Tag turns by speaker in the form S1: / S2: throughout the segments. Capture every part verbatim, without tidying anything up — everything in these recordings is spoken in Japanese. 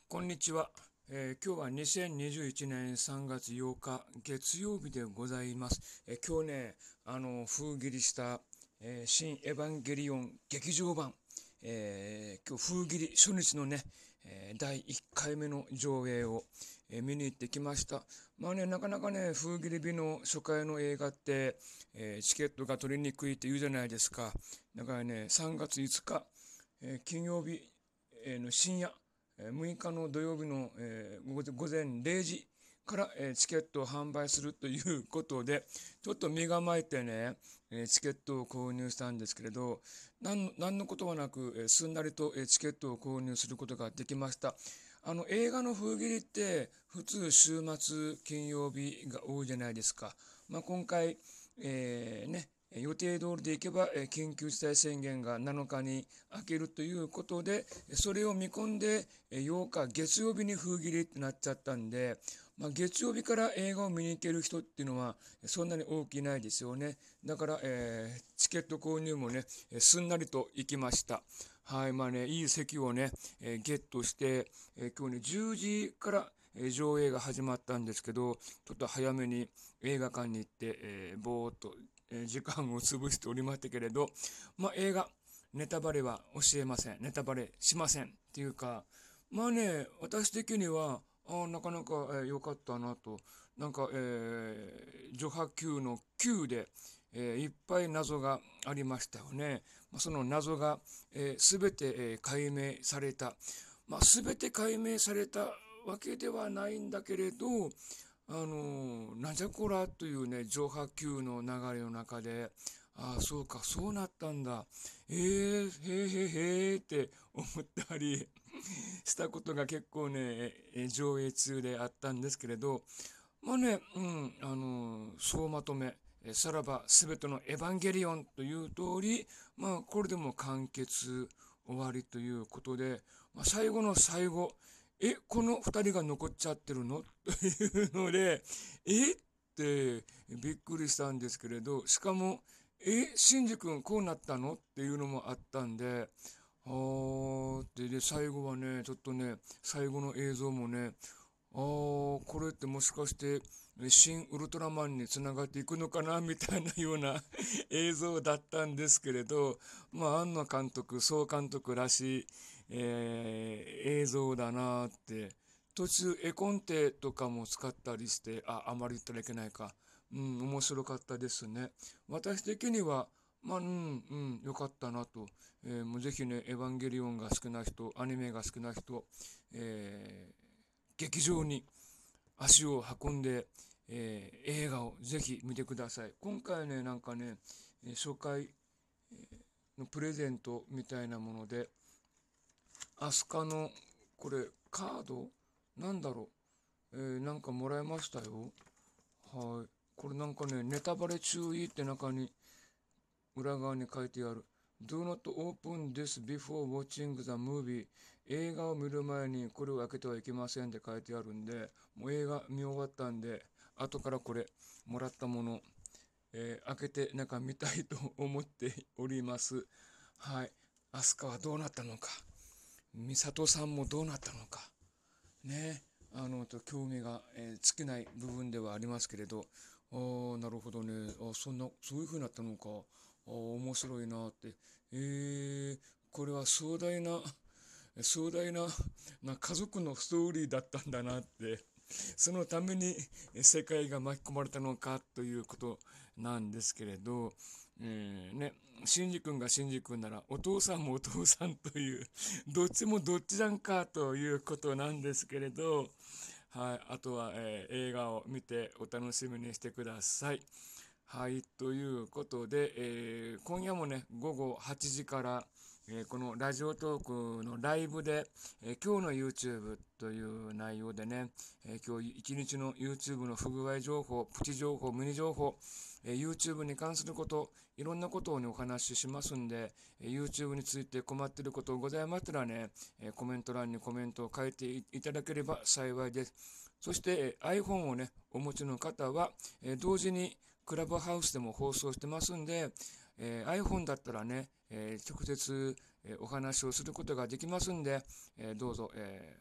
S1: こんにちは、えー今日はにせんにじゅういちねんさんがつようか月曜日でございます。えー今日ね、あの封切りした、えー新エヴァンゲリオン劇場版、えー今日封切り初日のね、えーだいいっかいめの上映を、えー見に行ってきました。まあね、なかなかね、封切り日の初回の映画って、えーチケットが取りにくいって言うじゃないですか。だからね、さんがついつか、えー金曜日、えーの深夜、むいかの土曜日の、えー、午前れいじから、えー、チケットを販売するということで、ちょっと身構えてね、えー、チケットを購入したんですけれど、何何のことはなく、えー、すんなりと、えー、チケットを購入することができました。あの映画の封切りって普通週末金曜日が多いじゃないですか。まあ、今回、えーね、予定通りでいけば緊急事態宣言がなのかに明けるということで、それを見込んでようか月曜日に封切りってなっちゃったんで、まあ、月曜日から映画を見に行ける人っていうのはそんなに多くいないですよね。だから、えーチケット購入もねすんなりと行きました。はい、まあね、いい席をね、えーゲットして、えー今日ねじゅうじからえー上映が始まったんですけど、ちょっと早めに映画館に行って、えーぼーっと、えー時間を潰しておりましたけれど、まあ、映画ネタバレは教えません、ネタバレしませんっていうか、まあね、私的にはあなかなか良、えー良かったなと。なんか、えー、序波級のきゅうで、えーいっぱい謎がありましたよね。まあその謎が、えー、全て、えー解明された。まあ、全て解明されたわけではないんだけれど、あのなんじゃこらというね上波球の流れの中で、ああそうかそうなったんだ、えー、へーへーへーって思ったりしたことが結構ね上映中であったんですけれど、まあね、うん、あの総まとめ、さらば全てのエヴァンゲリオンという通り、まあこれでも完結終わりということで、まあ、最後の最後、え、このふたりが残っちゃってるのというので、えってびっくりしたんですけれど、しかも、え、シンジ君こうなったのっていうのもあったんで、あーってで、最後はね、ちょっとね、最後の映像もね、あーこれってもしかして新ウルトラマンにつながっていくのかなみたいなような映像だったんですけれど、まあ庵野監督総監督らしい、えー映像だなって。途中絵コンテとかも使ったりして、ああまり言ったらいけないか、うん面白かったですね。私的にはまあうんうん良かったなと、えーもうぜひねエヴァンゲリオンが好きな人、アニメが好きな人、えー劇場に足を運んで、えー映画をぜひ見てください。今回ね、なんかね、初回のプレゼントみたいなもので、アスカの、これ、カードなんだろう、えーなんかもらいましたよ。はい。これなんかね、ネタバレ注意って中に、裏側に書いてある。Do not open this before watching the movie. 映画を見る前にこれを開けてはいけませんって書いてあるんで、もう映画見終わったんで、後からこれ、もらったもの、えー開けて中見たいと思っております。はい。アスカはどうなったのか、美里さんもどうなったのか、ね。あの、と興味が、えー尽きない部分ではありますけれど、ああ、なるほどね。あそんな、そういう風になったのか。ああ、面白いなって。えー、これは壮大な、壮大な、な家族のストーリーだったんだなって。そのために世界が巻き込まれたのかということなんですけれど、えーね、シンジ君がシンジ君ならお父さんもお父さんというどっちもどっちなんかということなんですけれど、はい、あとは、えー映画を見てお楽しみにしてください。はい、ということで、えー今夜もね、午後はちじから、えーこのラジオトークのライブで、えー今日の YouTube という内容でね、えー今日一日の YouTube の不具合情報、プチ情報、ミニ情報、えー YouTube に関すること、いろんなことを、ね、お話ししますんで、えー YouTube について困っていることございましたらね、えーコメント欄にコメントを書いていただければ幸いです。そして、えー iPhone をね、お持ちの方は、えー同時にクラブハウスでも放送してますんで、えー iPhone だったらね、えー直接、えーお話をすることができますんで、えーどうぞ、えー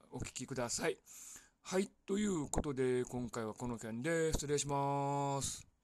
S1: お聞きください。はい、ということで今回はこの件で失礼します。